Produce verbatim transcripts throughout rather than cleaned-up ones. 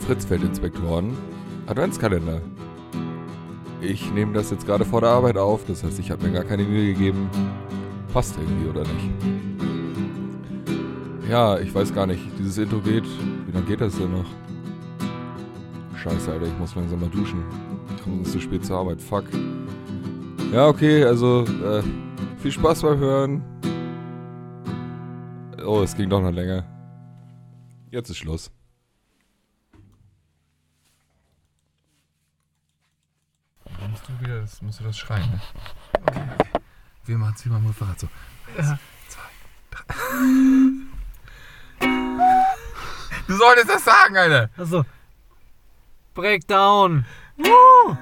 Fritzfeld-Inspektoren Adventskalender. Ich nehme das jetzt gerade vor der Arbeit auf, das heißt, ich habe mir gar keine Mühe gegeben. Passt irgendwie, oder nicht? Ja, ich weiß gar nicht. Dieses Intro geht. Wie lange geht das denn noch? Scheiße, Alter, ich muss langsam mal duschen. Ich komme sonst zu spät zur Arbeit. Fuck. Ja, okay, also äh, viel Spaß beim Hören. Oh, es ging doch noch länger. Jetzt ist Schluss. Dann musst du wieder, das, musst du das schreien, ne? Okay, okay. Wir machen es wie beim Motorrad so. Eins, ja. zwei, drei. Du solltest das sagen, Alter! Also. Breakdown! Woo!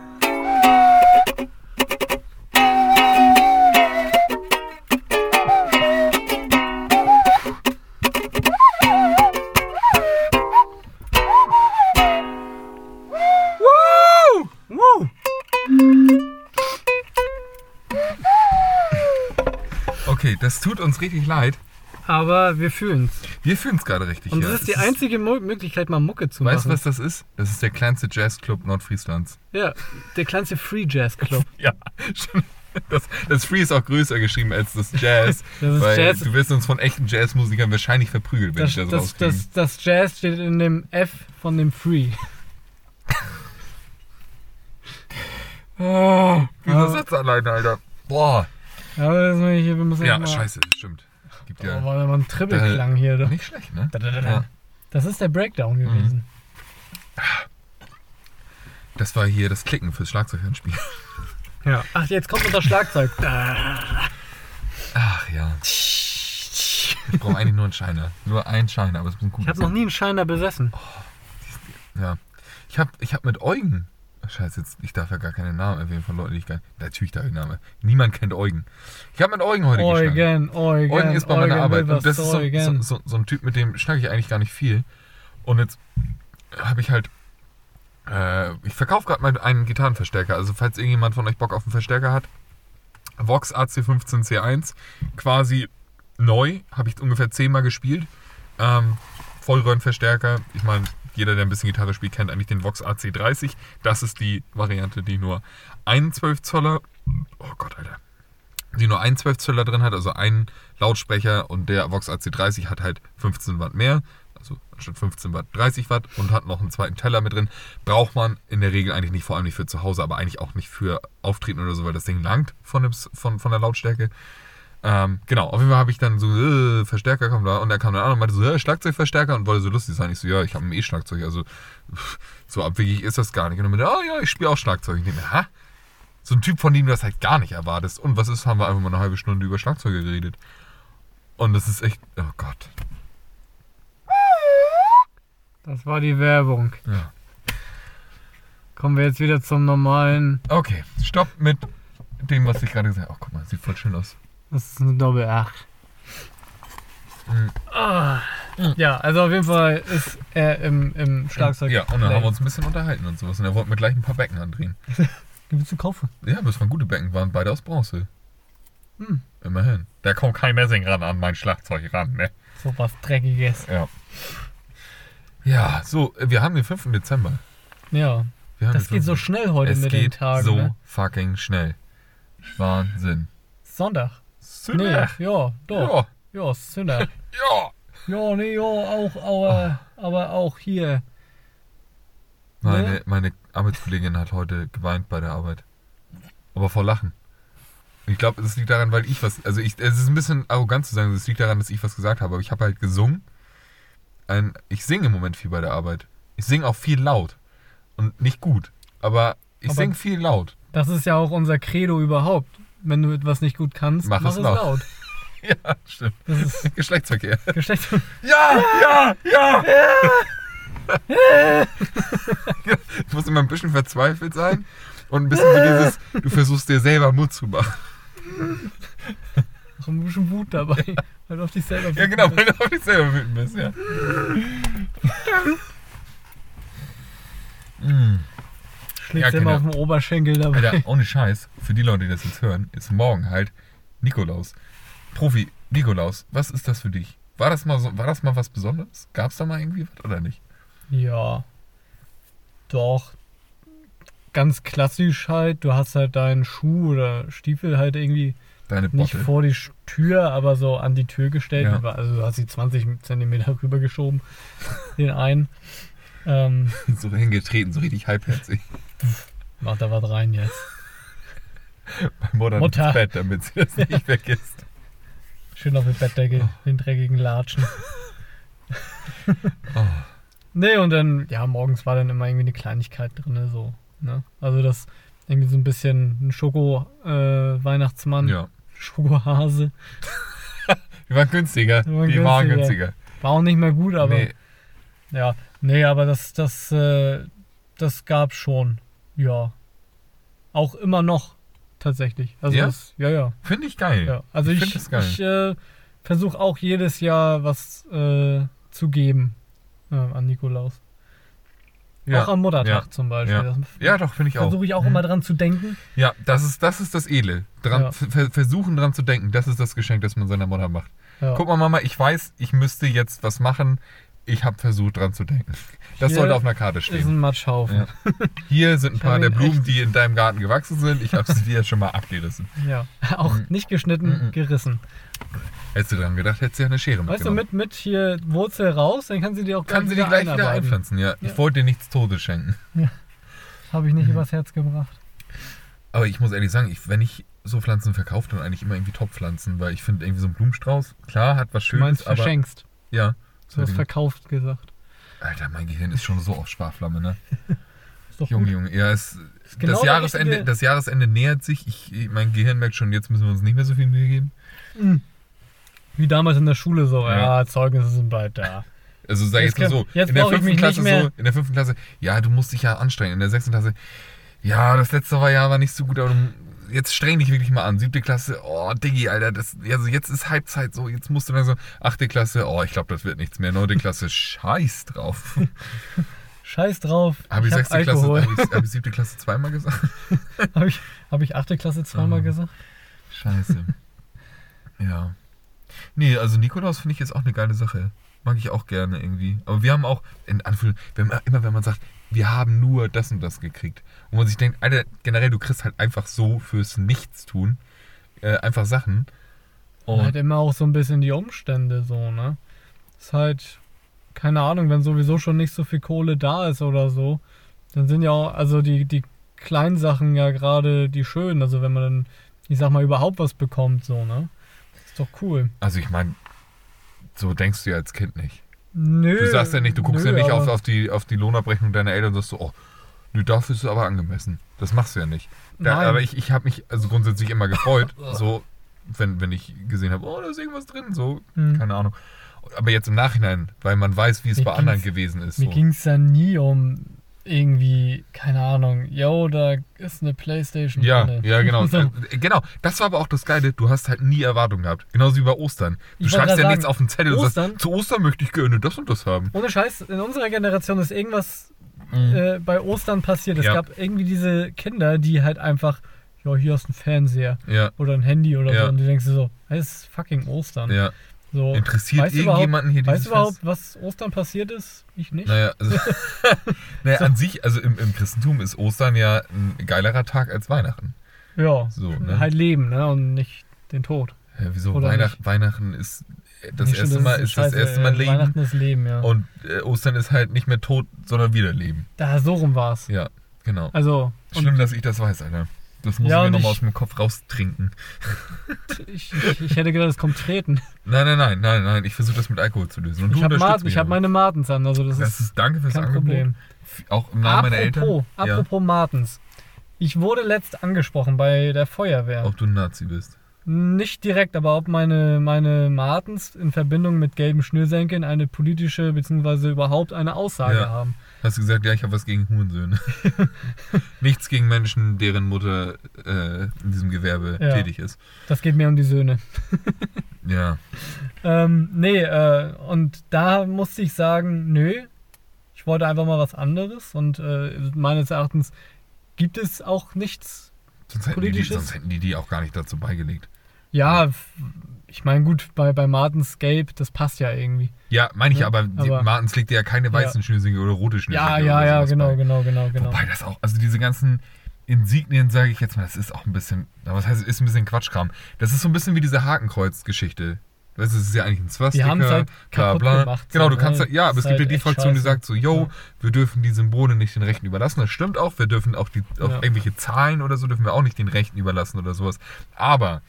Okay, das tut uns richtig leid. Aber wir fühlen's. Wir fühlen es gerade richtig. Und das ja. ist die das einzige ist Möglichkeit, mal Mucke zu weißt machen. Weißt du, was das ist? Das ist der kleinste Jazzclub Nordfrieslands. Ja, der kleinste Free Jazz Club. Ja, schon. Das, das Free ist auch größer geschrieben als das Jazz. Das ist weil Jazz. Du wirst uns von echten Jazzmusikern wahrscheinlich verprügelt, wenn das, ich das, das rauskriege. Das, das Jazz steht in dem F von dem Free. Oh, dieser Satz alleine, Alter. Boah. Ja, aber das ist hier, wir müssen ja mal, scheiße, das stimmt. Gibt ja. Oh, war aber ein Trippelklang hier. Doch. Nicht schlecht, ne? Da, da, da, da. Ja. Das ist der Breakdown gewesen. Das war hier das Klicken fürs Schlagzeuganspiel. Ja. Ach, jetzt kommt unser Schlagzeug. Ach ja. Ich brauche eigentlich nur einen Shiner. Nur einen Shiner, aber es muss ein guter Ich habe noch nie einen Shiner besessen. Oh, ja. Ich habe ich hab mit Eugen. Scheiße, jetzt, ich darf ja gar keine Namen erwähnen von Leuten, die ich gar nicht. Natürlich darf ich Namen. Niemand kennt Eugen. Ich habe mit Eugen heute Eugen, geschnackt. Eugen, Eugen ist bei meiner Eugen Arbeit. Und das ist so, Eugen. so, so, so ein Typ, mit dem schnacke ich eigentlich gar nicht viel. Und jetzt habe ich halt. Äh, ich verkaufe gerade mal einen Gitarrenverstärker. Also, falls irgendjemand von euch Bock auf einen Verstärker hat, Vox A C fünfzehn C eins. Quasi neu. Habe ich ungefähr zehnmal gespielt. Ähm, Vollröhrenverstärker. Ich meine. Jeder, der ein bisschen Gitarre spielt, kennt eigentlich den Vox A C dreißig. Das ist die Variante, die nur einen zwölf Zöller, oh Gott, Alter, die nur einen zwölf Zöller drin hat, also einen Lautsprecher, und der Vox A C dreißig hat halt fünfzehn Watt mehr, also anstatt fünfzehn Watt dreißig Watt, und hat noch einen zweiten Teller mit drin. Braucht man in der Regel eigentlich nicht, vor allem nicht für zu Hause, aber eigentlich auch nicht für Auftreten oder so, weil das Ding langt von, dem, von, von der Lautstärke. Ähm, genau, auf jeden Fall habe ich dann so, äh, Verstärker kommt da, und er kam dann an und meinte so, ja, Schlagzeugverstärker, und wollte so lustig sein. Ich so, ja, ich habe ein E-Schlagzeug, also pff, so abwegig ist das gar nicht. Und dann meinte, oh ja, ich spiele auch Schlagzeug. Ich denke, ha? So ein Typ, von dem du das halt gar nicht erwartest. Und was ist, haben wir einfach mal eine halbe Stunde über Schlagzeuge geredet. Und das ist echt, oh Gott. Das war die Werbung. Ja. Kommen wir jetzt wieder zum normalen. Okay, stopp mit dem, was ich gerade gesagt habe. Oh, guck mal, sieht voll schön aus. Das ist eine Doppel acht. Mhm. Ah. Ja, also auf jeden Fall ist er im, im Schlagzeug. Ja, und dann haben wir uns ein bisschen unterhalten und sowas. Und er wollte mir gleich ein paar Becken andrehen. Die willst du kaufen? Ja, aber es waren gute Becken, waren beide aus Bronze. Hm. Immerhin. Da kommt kein Messing ran an mein Schlagzeug ran, ne? So was Dreckiges. Ja. Ja, so, wir haben den fünften Dezember. Ja. Wir haben Das geht so schnell heute es mit geht den Tagen. so ne? fucking schnell. Wahnsinn. Sonntag. Sonntag. Nee, ja, doch. Ja, ja Sonntag. Ja. Ja, nee, ja, auch, aber, aber auch hier. Meine, Ne? meine Arbeitskollegin hat heute geweint bei der Arbeit. Aber vor Lachen. Ich glaube, es liegt daran, weil ich was, also ich, es ist ein bisschen arrogant zu sagen, es liegt daran, dass ich was gesagt habe, aber ich habe halt gesungen. Ein, ich singe im Moment viel bei der Arbeit. Ich singe auch viel laut. Und nicht gut. Aber ich Aber singe viel laut. Das ist ja auch unser Credo überhaupt. Wenn du etwas nicht gut kannst, Mach mach, es es laut. laut. Ja, stimmt. Das ist Geschlechtsverkehr. Geschlecht. Ja, ja, ja. Ich muss immer ein bisschen verzweifelt sein und ein bisschen so dieses, du versuchst dir selber Mut zu machen. Noch ein bisschen Wut dabei, weil du auf dich selber Ja, genau, weil du auf dich selber wütend bist, ja. mm. Schlägst Ja, immer genau. auf dem Oberschenkel dabei. Alter, ohne Scheiß, für die Leute, die das jetzt hören, ist morgen halt Nikolaus. Profi, Nikolaus, was ist das für dich? War das mal so, war das mal was Besonderes? Gab es da mal irgendwie was oder nicht? Ja. Doch. Ganz klassisch halt. Du hast halt deinen Schuh oder Stiefel halt irgendwie Deine nicht Botte. vor die Tür, aber so an die Tür gestellt. Ja. Also du hast die zwanzig Zentimeter rübergeschoben. Den einen. Ähm, So hingetreten, so richtig halbherzig. mach da was rein jetzt. Bei Mutter, Mutter. ins Bett, damit sie das nicht vergisst. Schön auf die Bettdecke, den dreckigen Latschen. Oh. Nee, und dann, ja, morgens war dann immer irgendwie eine Kleinigkeit drin, so. Ne? Also das irgendwie so ein bisschen ein Schoko-Weihnachtsmann, Ja. Schokohase. Die waren günstiger. Die waren Die waren günstiger. günstiger. War auch nicht mehr gut, aber Nee, ja, nee, aber das, das, äh, das gab's schon. Ja. Auch immer noch, tatsächlich. Also Ja? das, ja, ja. finde ich geil. ja. Also Ich ich, find das geil. ich äh, versuche auch jedes Jahr was äh, zu geben äh, an Nikolaus. Ja. Auch am Muttertag Ja. zum Beispiel. Ja. Das Ja, doch, finde ich auch. versuche ich auch Mhm. immer dran zu denken. Ja, das ist, das ist das Edle. Dran, Ja. ver versuchen dran zu denken, das ist das Geschenk, das man seiner Mutter macht. Ja. Guck mal, Mama, ich weiß, ich müsste jetzt was machen. Ich habe versucht, dran zu denken. Das Hier sollte auf einer Karte Ist stehen. ein Matschhaufen. Ja. Hier sind ein Ich paar hab der ihn Blumen, echt- die in deinem Garten gewachsen sind. Ich habe sie dir schon mal abgerissen. Ja. Auch Mhm. nicht geschnitten, Mhm. gerissen. Hättest du dran gedacht, hättest du ja eine Schere Weißt du, mitgenommen. mit, mit hier Wurzel raus, dann kann sie die auch Kann sie die gleich wieder einarbeiten. einpflanzen, ja. Ja. Ich wollte dir nichts Todes schenken. Habe ich nicht Mhm. übers Herz gebracht. Aber ich muss ehrlich sagen, ich, wenn ich so Pflanzen verkaufe, dann eigentlich immer irgendwie Top-Pflanzen, weil ich finde irgendwie so ein Blumenstrauß, klar, hat was Du Schönes, meinst aber verschenkst. ja. Du hast verkauft gesagt. Alter, mein Gehirn ist schon so auf Sparflamme, ne? Ist doch Junge, gut. Junge, ja, es, Ist genau das, der Jahresende, richtige- das Jahresende nähert sich. Ich, mein Gehirn merkt schon, jetzt müssen wir uns nicht mehr so viel Mühe geben. Mhm. Wie damals in der Schule so, Ja. ja, Zeugnisse sind bald da. Also sag ich Jetzt jetzt mal kann- so, jetzt in der brauche ich fünften mich nicht Klasse mehr- so, in der fünften Klasse, ja, du musst dich ja anstrengen. In der sechsten Klasse, ja, das letzte Jahr war nicht so gut, aber du, jetzt streng dich wirklich mal an. Siebte Klasse, oh, Diggi, Alter, das, also jetzt ist Halbzeit so, jetzt musst du dann so, achte Klasse, oh, ich glaube, das wird nichts mehr. Neunte Klasse, scheiß drauf. Scheiß drauf. Habe ich, hab sechste Klasse, Alkohol. habe ich, hab ich siebte Klasse zweimal gesagt? Habe ich, hab ich achte Klasse zweimal Oh. gesagt? Scheiße. Ja. Nee, also Nikolaus finde ich jetzt auch eine geile Sache. Mag ich auch gerne irgendwie. Aber wir haben auch, in Anführungszeichen, wenn man, immer wenn man sagt, wir haben nur das und das gekriegt. Und man sich denkt, Alter, generell, du kriegst halt einfach so fürs Nichtstun äh, einfach Sachen. Und Halt immer auch so ein bisschen die Umstände so, ne? Ist halt, keine Ahnung, wenn sowieso schon nicht so viel Kohle da ist oder so, dann sind ja auch, also die, die kleinen Sachen ja gerade die schönen. Also wenn man dann, ich sag mal, überhaupt was bekommt, so, ne? Ist doch cool. also ich meine, so denkst du ja als Kind nicht. Nö. Du sagst ja nicht, du guckst nö, ja nicht auf, aber- auf, die, auf die Lohnabrechnung deiner Eltern und sagst so, oh, nö, dafür ist es aber angemessen. Das machst du ja nicht. Da, Nein. aber ich, ich habe mich also grundsätzlich immer gefreut, so, wenn, wenn ich gesehen habe, oh, da ist irgendwas drin, so, Hm. keine Ahnung. Aber jetzt im Nachhinein, weil man weiß, wie es Mir bei anderen ging's- gewesen ist. Mir So. ging es ja nie um irgendwie, keine Ahnung, yo, da ist eine Playstation Ja, drinne. ja, genau. So. Äh, genau. Das war aber auch das Geile, du hast halt nie Erwartungen gehabt. Genauso wie bei Ostern. Du Ich wollte schreibst ja grad nichts sagen, auf den Zettel und Ostern- sagst, zu Ostern möchte ich gerne das und das haben. Ohne Scheiß, in unserer Generation ist irgendwas Mhm. äh, bei Ostern passiert. Es Ja. gab irgendwie diese Kinder, die halt einfach, ja, hier hast du einen Fernseher Ja, oder ein Handy oder Ja. so. Und du denkst dir so, es ist fucking Ostern. ja. So, Interessiert weißt du irgendjemanden hier Weißt dieses du überhaupt, Fest? was Ostern passiert ist? Ich nicht. Naja, also, naja an sich, also im, im Christentum ist Ostern ja ein geilerer Tag als Weihnachten. Ja, So, ne? halt Leben, ne? Und nicht den Tod. Ja, wieso? Oder Weihnacht, nicht? Weihnachten ist das Nee, stimmt, erste Mal, so ist das scheiße, erste Mal äh, Leben. Weihnachten ist Leben, ja. Und äh, Ostern ist halt nicht mehr tot, sondern wieder Leben. Da, so rum war's. Ja, genau. Also, und Schlimm, dass ich das weiß, Alter. Das muss Ja, ich mir und nochmal ich- aus dem Kopf raustrinken. ich, ich, ich hätte gedacht, es kommt Treten. Nein, nein, nein, nein, nein. Ich versuche das mit Alkohol zu lösen. Und du Ich habe unterstützt Marten, ich mich hab dabei. meine Martens an, also das, Das ist ist danke fürs kein Angebot. Problem. Auch im Namen meiner Eltern. Apropos, Ja. apropos Martens. Ich wurde letzt angesprochen bei der Feuerwehr. Ob du ein Nazi bist. Nicht direkt, aber ob meine, meine Martens in Verbindung mit gelben Schnürsenkeln eine politische bzw. überhaupt eine Aussage Ja. haben. Hast du gesagt, ja, ich habe was gegen Hurensöhne. Nichts gegen Menschen, deren Mutter äh, in diesem Gewerbe Ja. tätig ist. Das geht mir um die Söhne. Ja. Ähm, nee, äh, und da musste ich sagen, nö, ich wollte einfach mal was anderes und äh, meines Erachtens gibt es auch nichts. Sonst hätten, die, die, Politisches? sonst hätten die die auch gar nicht dazu beigelegt. Ja, f- ich meine, gut, bei, bei Martens Gelb, das passt ja irgendwie. Ja, meine ich, Ja, aber, die aber- Martens legt ja keine weißen Ja. Schnürsenkel oder rote Schnürsenkel. Ja, oder ja, ja, sowas genau, bei. genau, genau, genau. Wobei das auch, also diese ganzen Insignien, sage ich jetzt mal, das ist auch ein bisschen, aber was heißt, ist ein bisschen Quatschkram. Das ist so ein bisschen wie diese Hakenkreuz-Geschichte. Weißt du, es ist ja eigentlich ein Swastika, Die haben's halt bla kaputt bla. gemacht, Genau, so, du kannst ne? halt, ja, aber Ist es gibt ja halt die echt Fraktion, die scheiße. sagt so, yo, Ja. wir dürfen die Symbole nicht den Rechten überlassen. Das stimmt auch, wir dürfen auch die, auch Ja. irgendwelche Zahlen oder so dürfen wir auch nicht den Rechten überlassen oder sowas. Aber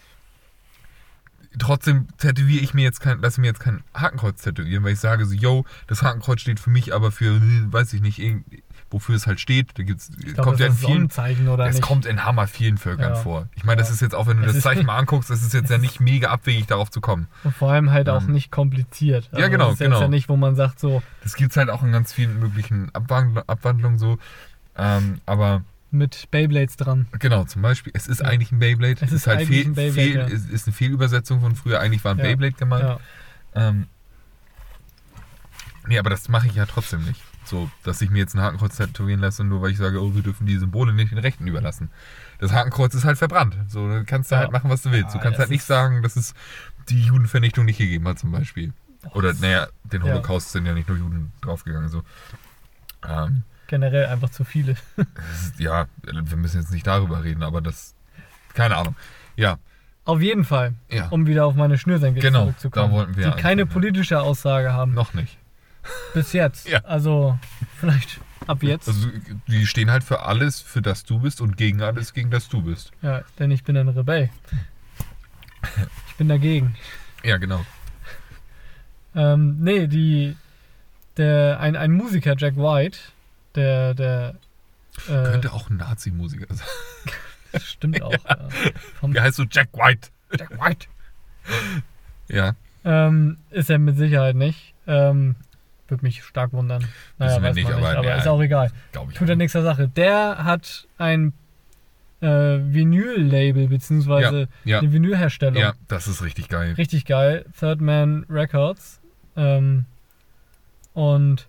trotzdem tätowiere ich mir jetzt kein, lasse mir jetzt kein Hakenkreuz tätowieren, weil ich sage so, yo, das Hakenkreuz steht für mich aber für, weiß ich nicht, irgend- wofür es halt steht. Da gibt's, Ich glaube, kommt ja in das ist ein vielen, Sonnenzeichen oder es nicht. kommt in hammer vielen Völkern Ja. vor. Ich meine, das Ja. ist jetzt auch, wenn du Es das ist- Zeichen mal anguckst, das ist jetzt ja nicht mega abwegig, darauf zu kommen. Und vor allem halt auch Ähm, nicht kompliziert. ja, genau, das ist genau. Jetzt ja nicht, wo man sagt so, Das gibt es halt auch in ganz vielen möglichen Abwandl Abwandlungen so. Ähm, aber mit Beyblades dran. genau, zum Beispiel, es ist Ja. eigentlich ein Beyblade. Es ist halt eigentlich Fehl, ein Beyblade, Fehl, ja. ist, ist eine Fehlübersetzung von früher. Eigentlich war ein Ja. Beyblade gemeint. Ja. Ähm, nee, aber das mache ich ja trotzdem nicht. So, dass ich mir jetzt ein Hakenkreuz tätowieren lasse, nur weil ich sage, oh, wir dürfen die Symbole nicht den Rechten überlassen. Das Hakenkreuz ist halt verbrannt. So, da kannst du Ja. halt machen, was du willst. Du Ja, kannst das halt nicht ist- sagen, dass es die Judenvernichtung nicht gegeben hat, zum Beispiel. Oder, das- naja, den ja. Holocaust sind ja nicht nur Juden draufgegangen. So. Ähm, Generell einfach zu viele. das ist, ja, wir müssen jetzt nicht darüber reden, aber das, keine Ahnung. Ja, Auf jeden Fall, ja, um wieder auf meine Schnürsenkel Genau, zurückzukommen. da wollten wir die eigentlich keine hin, ja. politische Aussage haben. noch nicht. Bis jetzt. Ja. Also, vielleicht ab jetzt. Also, die stehen halt für alles, für das du bist und gegen alles, gegen das du bist. Ja, denn ich bin ein Rebell. Ich bin dagegen. Ja, genau. Ähm, nee, die, der, ein, ein Musiker, Jack White, der, der, äh, Könnte auch ein Nazi-Musiker sein. das stimmt auch. Ja. Vom, Der heißt so Jack White. Jack White. Ja, Ähm, ist er mit Sicherheit nicht. Ähm, würde mich stark wundern. Naja, Wissen wir weiß nicht, man nicht, aber aber ja, ist auch egal. glaube ich. Tut er auch. nichts zur Sache. Der hat ein äh, Vinyl-Label, beziehungsweise Ja, eine Vinylherstellung. ja, das ist richtig geil. Richtig geil. Third Man Records. Ähm, und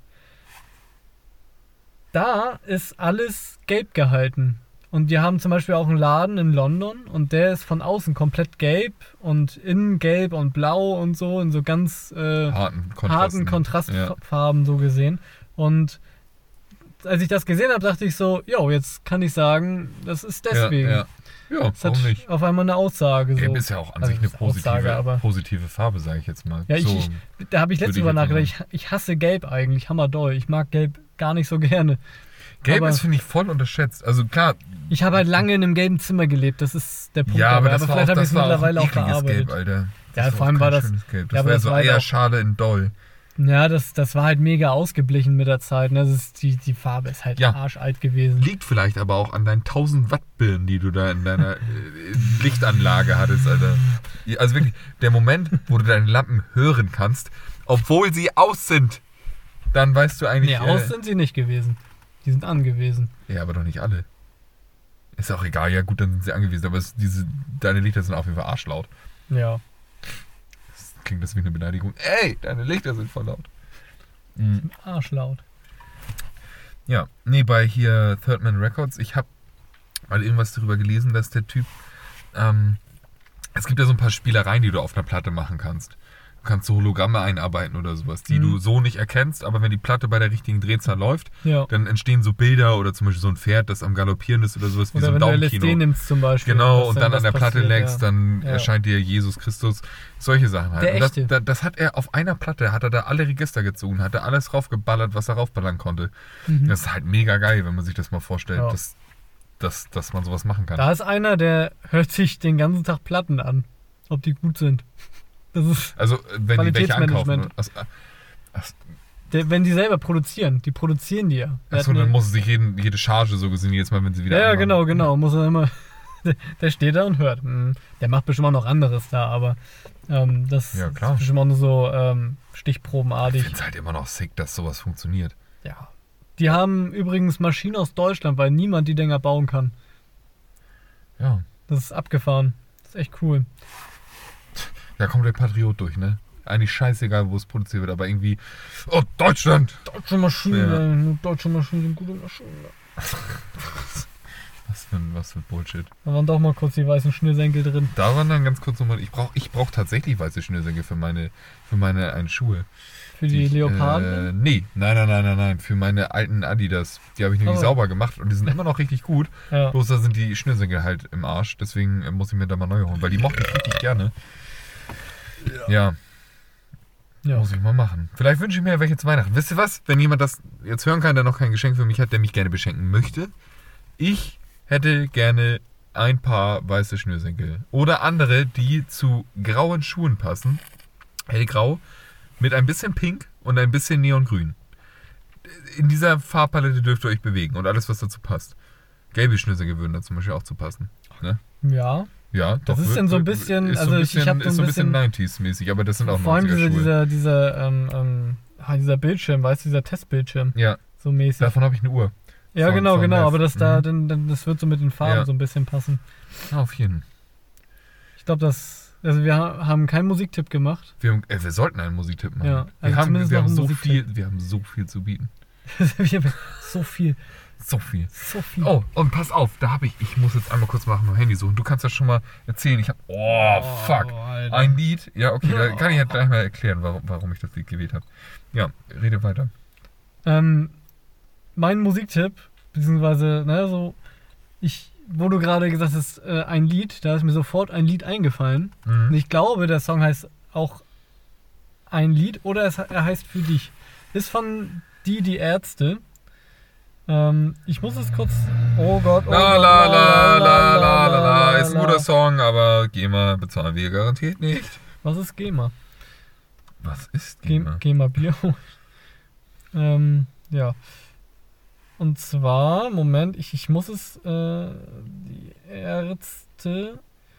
da ist alles gelb gehalten. Und die haben zum Beispiel auch einen Laden in London und der ist von außen komplett gelb und innen gelb und blau und so in so ganz äh, Harten Kontrasten. harten Ja. Kontrastfarben so gesehen. Und als ich das gesehen habe, dachte ich so, jo, jetzt kann ich sagen, das ist deswegen. Ja, ja. ja Das hat warum nicht? auf einmal eine Aussage. So. Gelb ist ja auch an Also sich eine das ist Aussage, positive, aber- positive Farbe, sage ich jetzt mal. Ja, ich, so, ich, da habe ich letztes würde Mal ich jetzt nachgedacht. Ich, ich hasse Gelb eigentlich, hammerdoll. Ich mag Gelb gar nicht so gerne. Gelb aber- ist, finde ich, voll unterschätzt. Also klar, Ich habe halt lange in einem gelben Zimmer gelebt, das ist der Punkt. ja, aber dabei. das war vielleicht auch, habe ich das es war auch ein mittlerweile auch ekliges verarbeitet. Gelb, Alter. Ja, Das vor war allem auch war kein das- schönes Gelb. ja, Das aber war das so war halt auch- Eierschale in Doll. Ja, das, das war halt mega ausgeblichen mit der Zeit. Ne? Das ist, die, die Farbe ist halt Ja. arschalt gewesen. Liegt vielleicht aber auch an deinen tausend Watt Birnen, die du da in deiner äh, Lichtanlage hattest, Alter. Also wirklich, der Moment, wo du deine Lampen hören kannst, obwohl sie aus sind, dann weißt du eigentlich... Nee, aus äh, sind sie nicht gewesen. Die sind an gewesen. ja, aber doch nicht alle. Ist auch egal, ja gut, dann sind sie angewiesen, aber es, diese, deine Lichter sind auf jeden Fall arschlaut. Ja. Klingt das wie eine Beleidigung. Ey, deine Lichter sind voll laut. Mhm. Arschlaut. Ja, nee, bei hier Third Man Records, ich habe mal irgendwas darüber gelesen, dass der Typ, ähm, es gibt ja so ein paar Spielereien, die du auf einer Platte machen kannst. Du kannst so Hologramme einarbeiten oder sowas, die Mhm. du so nicht erkennst, aber wenn die Platte bei der richtigen Drehzahl läuft, Ja. dann entstehen so Bilder oder zum Beispiel so ein Pferd, das am Galoppieren ist oder sowas, wie Oder so ein wenn du L S Daumenkino. D nimmst zum Beispiel. Genau, dass und dann an was der Platte passiert, legst, ja. dann Ja. erscheint dir Jesus Christus. Solche Sachen halt. Der und das, echte. das, das hat er auf einer Platte, hat er da alle Register gezogen, hat er alles raufgeballert, was er raufballern konnte. Mhm. Das ist halt mega geil, wenn man sich das mal vorstellt, Ja. dass, dass, dass man sowas machen kann. Da ist einer, der hört sich den ganzen Tag Platten an. Ob die gut sind. Das ist, Also, wenn die welche einkaufen. Qualitätsmanagement. Achso, ach, der, wenn die selber produzieren. Die produzieren die ja. Der achso, hat dann eine- muss es sich jeden, jede Charge so gesehen, jedes Mal, wenn sie wieder Ja, ja, anmachen. genau, genau. Muss er immer. Der, der steht da und hört. Hm, Der macht bestimmt auch noch anderes da, aber ähm, das Ja, klar. ist bestimmt auch nur so ähm, Ich stichprobenartig. finde es halt immer noch sick, dass sowas funktioniert. Ja. Die haben übrigens Maschinen aus Deutschland, weil niemand die Dinger bauen kann. Ja. Das ist abgefahren. Das ist echt cool. Da kommt der Patriot durch, ne? Eigentlich scheißegal, wo es produziert wird, aber irgendwie. Oh, Deutschland! Deutsche Maschinen, Ja. ey, nur deutsche Maschinen sind gute Maschinen. Was für ein, was für Bullshit. Da waren doch mal kurz die weißen Schnürsenkel drin. Da waren dann ganz kurz nochmal, ich brauche ich brauch tatsächlich weiße Schnürsenkel für meine, für meine einen Schuhe. Für die, die Leoparden? Äh, nee, nein, nein, nein, nein, nein, für meine alten Adidas. Die habe ich nämlich Oh. sauber gemacht und die sind immer noch richtig gut. Ja. Bloß da sind die Schnürsenkel halt im Arsch, deswegen äh, muss ich mir da mal neue holen, weil die mochte ich richtig gerne. Ja. Ja. Muss ich mal machen. Vielleicht wünsche ich mir welche zu Weihnachten. Wisst ihr was? Wenn jemand das jetzt hören kann, der noch kein Geschenk für mich hat, der mich gerne beschenken möchte. Ich hätte gerne ein paar weiße Schnürsenkel. Oder andere, die zu grauen Schuhen passen. Hellgrau. Mit ein bisschen Pink und ein bisschen Neongrün. In dieser Farbpalette dürft ihr euch bewegen und alles, was dazu passt. Gelbe Schnürsenkel würden da zum Beispiel auch zu passen. Ne? Ja. Ja, Das doch, ist wird- denn so ein wird- bisschen- ist also so ein ich- ich bisschen, hab so ein ist so ein bisschen bisschen- neunziger-mäßig, aber das sind auch Vor allem diese, neunziger-Schuhe. dieser, dieser, ähm, ähm, ah, dieser Bildschirm, weißt du, dieser Testbildschirm. Ja, So mäßig. davon habe ich eine Uhr. ja, von- genau, von genau. Neff. Aber das da, Mhm. dann, dann, das wird so mit den Farben Ja. so ein bisschen passen. Ja, auf jeden. Ich glaube, das, also wir ha- haben keinen Musiktipp gemacht. Wir, haben- äh, wir sollten einen Musiktipp machen. Ja, also wir, haben, zumindest wir, noch haben einen so Musiktipp. viel, wir haben so viel zu bieten. Wir haben so viel, So viel. so viel. Oh, und pass auf, da habe ich, ich muss jetzt einmal kurz mal nach meinem Handy suchen. Du kannst das schon mal erzählen. Ich habe, oh, fuck. Alter. Ein Lied. Ja, okay, da kann ich halt gleich mal erklären, warum, warum ich das Lied gewählt habe. Ja, rede weiter. Ähm, mein Musiktipp, beziehungsweise, naja, so, ich, wo du gerade gesagt hast, äh, ein Lied, da ist mir sofort ein Lied eingefallen. Und Mhm. ich glaube, der Song heißt auch ein Lied oder es, er heißt Für dich. Ist von Die, die Ärzte. Ähm, ich muss es kurz. Oh Gott, oh La Gott, la la la la la la. la, Ist ein guter Song, aber GEMA bezahlen wir garantiert nicht. Was ist GEMA? Was ist GEMA, GEMA? GEMA Bier. ähm, ja. Und zwar, Moment, ich, ich muss es. Äh, die Ärzte.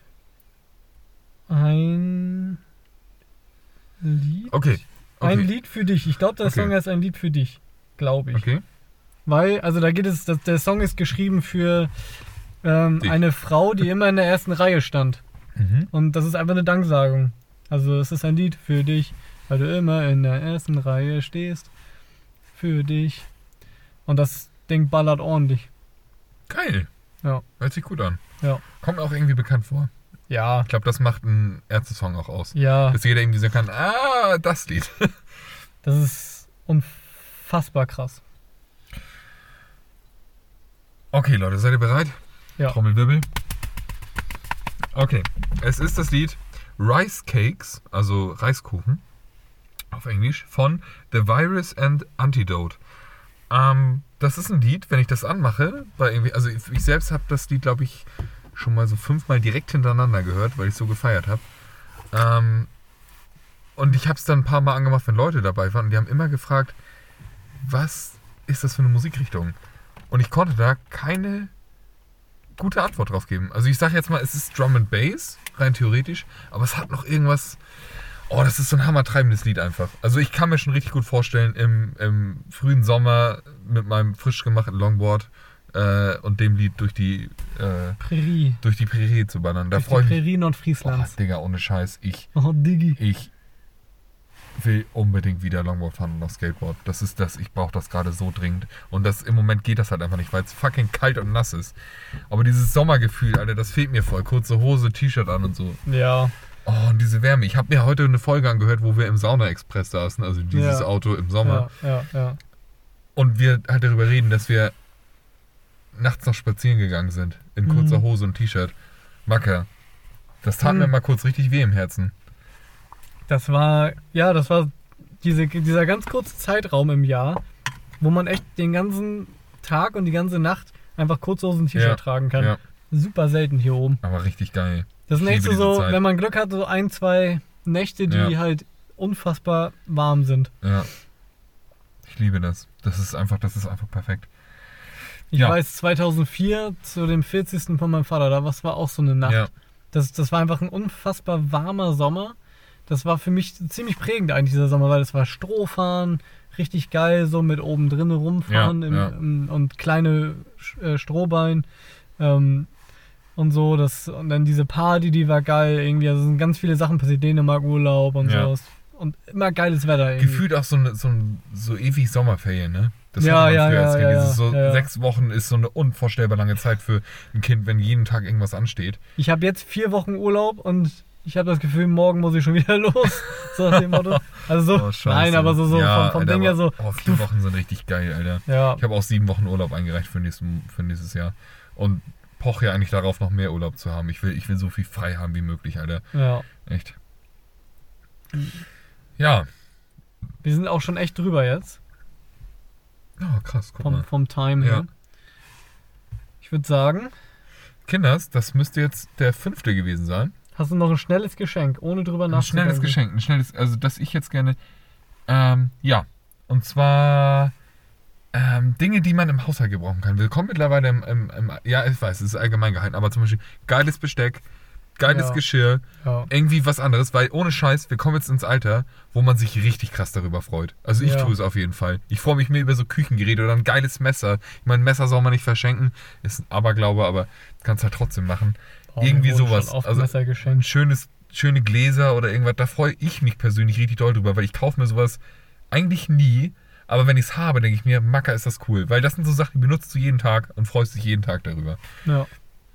Ein Lied. Okay. okay. Ein Lied für dich. Ich glaube, der Okay. Song heißt ein Lied für dich. Glaube ich. Okay. Weil, also da geht es, das, der Song ist geschrieben für ähm, Dich. eine Frau, die immer in der ersten Reihe stand. Mhm. Und das ist einfach eine Danksagung. Also es ist ein Lied für dich, weil du immer in der ersten Reihe stehst. Für dich. Und das Ding ballert ordentlich. Geil. Ja. Hört sich gut an. Ja. Kommt auch irgendwie bekannt vor. Ja. Ich glaube, das macht einen Ärzte-Song auch aus. Ja. Dass jeder irgendwie sagen kann, ah, das Lied. Das ist unfassbar krass. Okay, Leute, seid ihr bereit? Ja. Trommelwirbel. Okay, es ist das Lied Rice Cakes, also Reiskuchen auf Englisch, von The Virus and Antidote. Ähm, das ist ein Lied, wenn ich das anmache, bei irgendwie, also ich, ich selbst habe das Lied, glaube ich, schon mal so fünfmal direkt hintereinander gehört, weil ich so gefeiert habe. Ähm, und ich habe es dann ein paar Mal angemacht, wenn Leute dabei waren und die haben immer gefragt, was ist das für eine Musikrichtung? Und ich konnte da keine gute Antwort drauf geben. Also ich sage jetzt mal, es ist Drum and Bass, rein theoretisch, aber es hat noch irgendwas. Oh, das ist so ein hammertreibendes Lied einfach. Also ich kann mir schon richtig gut vorstellen, im, im frühen Sommer mit meinem frisch gemachten Longboard äh, und dem Lied durch die äh, Prärie. durch die Prärie zu ballern. Da Durch freue die ich mich. Prärie Oh, Nordfrieslands. Digga, ohne Scheiß. Ich, Oh, Diggi. ich will unbedingt wieder Longboard fahren und noch Skateboard. Das ist das, ich brauche das gerade so dringend. Und das im Moment geht das halt einfach nicht, weil es fucking kalt und nass ist. Aber dieses Sommergefühl, Alter, das fehlt mir voll. Kurze Hose, T-Shirt an und so. Ja. Oh, und diese Wärme. Ich habe mir heute eine Folge angehört, wo wir im Sauna-Express saßen, also dieses Ja. Auto im Sommer. Ja, ja, ja. Und wir halt darüber reden, dass wir nachts noch spazieren gegangen sind. In kurzer Mhm. Hose und T-Shirt. Macker. Das tat Mhm. mir mal kurz richtig weh im Herzen. Das war, ja, das war diese, dieser ganz kurze Zeitraum im Jahr, wo man echt den ganzen Tag und die ganze Nacht einfach Kurzhosen und T-Shirt Ja, tragen kann. ja. Super selten hier oben. Aber richtig geil. Das Ich nächste liebe so, diese Zeit. wenn man Glück hat, so ein, zwei Nächte, die Ja. halt unfassbar warm sind. Ja. Ich liebe das. Das ist einfach, das ist einfach perfekt. Ich Ja. weiß, zweitausendvier zu dem vierzigsten von meinem Vater, da was war auch so eine Nacht. Ja. Das, das war einfach ein unfassbar warmer Sommer. Das war für mich ziemlich prägend eigentlich dieser Sommer, weil es war Strohfahren, richtig geil, so mit oben drin rumfahren Ja, im, ja. Im, und kleine äh, Strohbein ähm, und so. Das, und dann diese Party, die war geil irgendwie. Also sind ganz viele Sachen passiert, Dänemark-Urlaub und Ja. sowas. Und immer geiles Wetter irgendwie. Gefühlt auch so, eine, so, ein, so ewig Sommerferien, ne? Das Ja, hatte man ja, früher als ja, Kind. ja, Dieses so ja, ja. Sechs Wochen ist so eine unvorstellbar lange Zeit für ein Kind, wenn jeden Tag irgendwas ansteht. Ich habe jetzt vier Wochen Urlaub und ich habe das Gefühl, morgen muss ich schon wieder los. So nach dem Motto. Also so, Oh, scheiße. nein, aber so, so ja, vom, vom Alter, Ding her aber- so. Oh, vier Wochen sind richtig geil, Alter. Ja, Ich habe auch sieben Wochen Urlaub eingereicht für, nächsten, für nächstes Jahr. Und poche ja eigentlich darauf, noch mehr Urlaub zu haben. Ich will, ich will so viel frei haben wie möglich, Alter. ja. Echt. Ja. Wir sind auch schon echt drüber jetzt. Oh, krass, guck Vom, mal. vom Time Ja. her. Ich würde sagen, Kinders, das müsste jetzt der fünfte gewesen sein. hast du noch ein schnelles Geschenk, ohne drüber Ein nachzudenken. schnelles Geschenk, ein schnelles, also das ich jetzt gerne, ähm, ja, und zwar ähm, Dinge, die man im Haushalt gebrauchen kann. Wir kommen mittlerweile im, im, im ja, ich weiß, es ist allgemein gehalten, aber zum Beispiel geiles Besteck, geiles Ja. Geschirr, Ja. irgendwie was anderes, weil ohne Scheiß, wir kommen jetzt ins Alter, wo man sich richtig krass darüber freut. Also ich Ja. tue es auf jeden Fall. Ich freue mich mehr über so Küchengeräte oder ein geiles Messer. Ich meine, Messer soll man nicht verschenken, ist ein Aberglaube, aber kannst halt trotzdem machen. Oh, mir irgendwie wurde sowas. schon oft Also- Messer Ein geschenkt. schönes, schöne Gläser oder irgendwas, da freue ich mich persönlich richtig doll drüber, weil ich kaufe mir sowas eigentlich nie, aber wenn ich es habe, denke ich mir, Macker, ist das cool, weil das sind so Sachen, die benutzt du jeden Tag und freust dich jeden Tag darüber. Ja.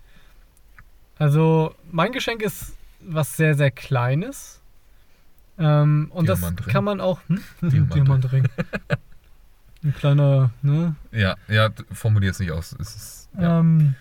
Also, mein Geschenk ist was sehr, sehr Kleines. Ähm, und Diamantring. das kann man auch. Hm? Diamantring. Diamantring. Ein kleiner, ne? Ja, ja, formulier es nicht aus. Es ist, ja. Ähm,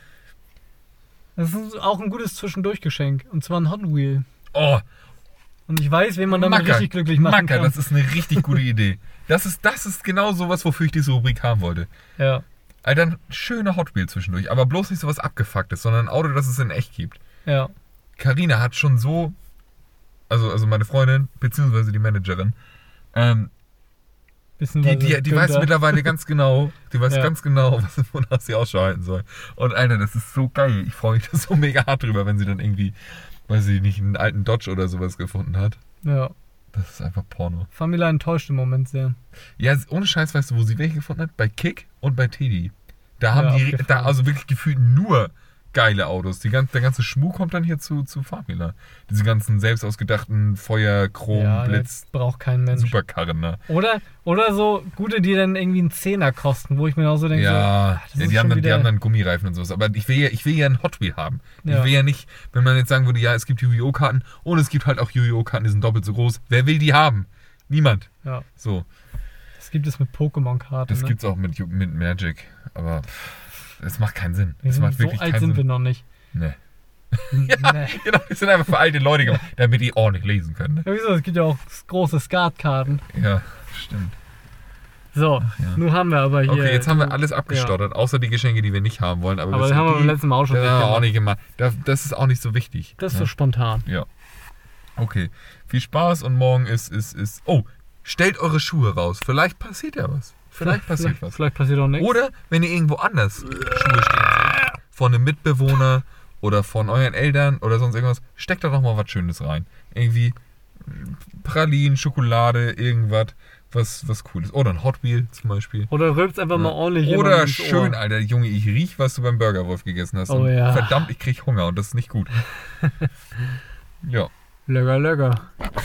das ist auch ein gutes Zwischendurchgeschenk. Und zwar ein Hot Wheel. Oh, Und ich weiß, wen man damit Macker, richtig glücklich machen Macker, kann. das ist eine richtig gute Idee. Das ist, das ist genau sowas, wofür ich diese Rubrik haben wollte. Ja, Alter, ein schöner Hot Wheel zwischendurch, aber bloß nicht sowas Abgefucktes, sondern ein Auto, das es in echt gibt. ja. Carina hat schon so, also, also meine Freundin, beziehungsweise die Managerin, ähm, Bisschen die, die, die weiß mittlerweile ganz genau, die weiß Ja. ganz genau, was, wonach sie Ausschau halten soll. Und Alter, das ist so geil. Ich freue mich da so mega hart drüber, wenn sie dann irgendwie, weiß ich nicht, einen alten Dodge oder sowas gefunden hat. Ja. Das ist einfach Porno. Famila enttäuscht im Moment sehr. Ja, ohne Scheiß, weißt du, wo sie welche gefunden hat? Bei Kick und bei Teddy. Da haben Ja, die, abgefahren. da also wirklich gefühlt nur geile Autos. Die ganze, der ganze Schmuck kommt dann hier zu, zu Famila. Diese ganzen selbst ausgedachten Feuer, Chrom, ja, Blitz, das braucht kein Mensch. Superkarren, ne? Oder, oder so gute, die dann irgendwie einen Zehner kosten, wo ich mir auch so denke, so, Ja, das ja ist die, haben schon dann, die wieder- haben dann Gummireifen und sowas. Aber ich will ja, ich will ja ein Hot Wheel haben. Ja. Ich will ja nicht, wenn man jetzt sagen würde, ja, es gibt Yu-Gi-Oh! Karten und es gibt halt auch Yu-Gi-Oh! Karten, die sind doppelt so groß. Wer will die haben? Niemand. ja, So, das gibt es mit Pokémon-Karten. das ne? gibt's auch mit, Yu- mit Magic. Aber pff, das macht keinen Sinn. Wir Das sind, macht so wirklich alt keinen sind Sinn. wir noch nicht. Nee. Ja. Nee. Genau, die sind einfach für alte Leute gemacht, damit die ordentlich lesen können. Ne? Ja, wieso? Es gibt ja auch große Skatkarten. Ja, stimmt. So, ja. nun haben wir aber hier. Okay, jetzt haben wir alles abgestottert, außer die Geschenke, die wir nicht haben wollen. Aber, Aber das das haben wir die, beim letzten Mal auch schon das haben wir auch weggemacht. nicht gemacht. Das, das ist auch nicht so wichtig. Das ist ne? so spontan. Ja. Okay. Viel Spaß und morgen ist, ist, ist. Oh, stellt eure Schuhe raus. Vielleicht passiert ja was. Vielleicht passiert vielleicht, was. Vielleicht passiert auch nichts. Oder wenn ihr irgendwo anders Schuhe stehen seht, von einem Mitbewohner oder von euren Eltern oder sonst irgendwas, steckt da doch mal was Schönes rein. Irgendwie Pralinen, Schokolade, irgendwas, was, was cool ist. Oder ein Hot Wheel zum Beispiel. Oder rülpst einfach mal ordentlich Oder jemandem ins schön, Ohr. Alter, Junge, ich riech, was du beim Burgerwolf gegessen hast. Oh und ja. Verdammt, ich krieg Hunger und das ist nicht gut. Ja. Lecker, lecker.